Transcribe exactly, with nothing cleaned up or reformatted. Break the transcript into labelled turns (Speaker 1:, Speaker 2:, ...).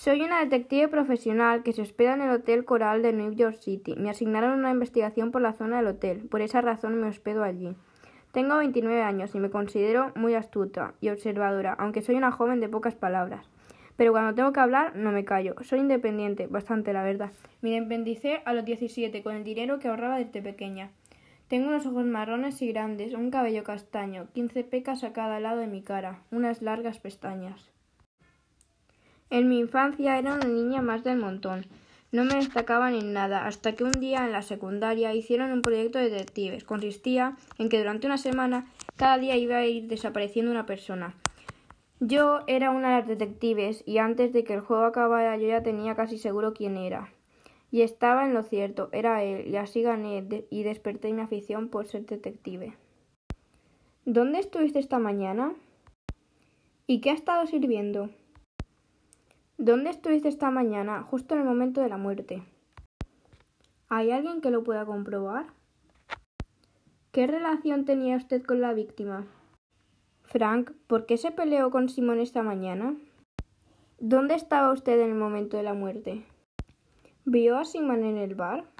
Speaker 1: Soy una detective profesional que se hospeda en el Hotel Coral de New York City. Me asignaron una investigación por la zona del hotel. Por esa razón me hospedo allí. Tengo veintinueve años y me considero muy astuta y observadora, aunque soy una joven de pocas palabras. Pero cuando tengo que hablar, no me callo. Soy independiente, bastante la verdad. Me independicé a los diecisiete con el dinero que ahorraba desde pequeña. Tengo unos ojos marrones y grandes, un cabello castaño, quince pecas a cada lado de mi cara, unas largas pestañas. En mi infancia era una niña más del montón. No me destacaban en nada, hasta que un día en la secundaria hicieron un proyecto de detectives. Consistía en que durante una semana cada día iba a ir desapareciendo una persona. Yo era una de las detectives y antes de que el juego acabara yo ya tenía casi seguro quién era. Y estaba en lo cierto, era él, y así gané de- y desperté mi afición por ser detective. ¿Dónde estuviste esta mañana? ¿Y qué ha estado sirviendo? ¿Dónde estuviste esta mañana, justo en el momento de la muerte? ¿Hay alguien que lo pueda comprobar? ¿Qué relación tenía usted con la víctima? Frank, ¿por qué se peleó con Simón esta mañana? ¿Dónde estaba usted en el momento de la muerte? ¿Vio a Simón en el bar?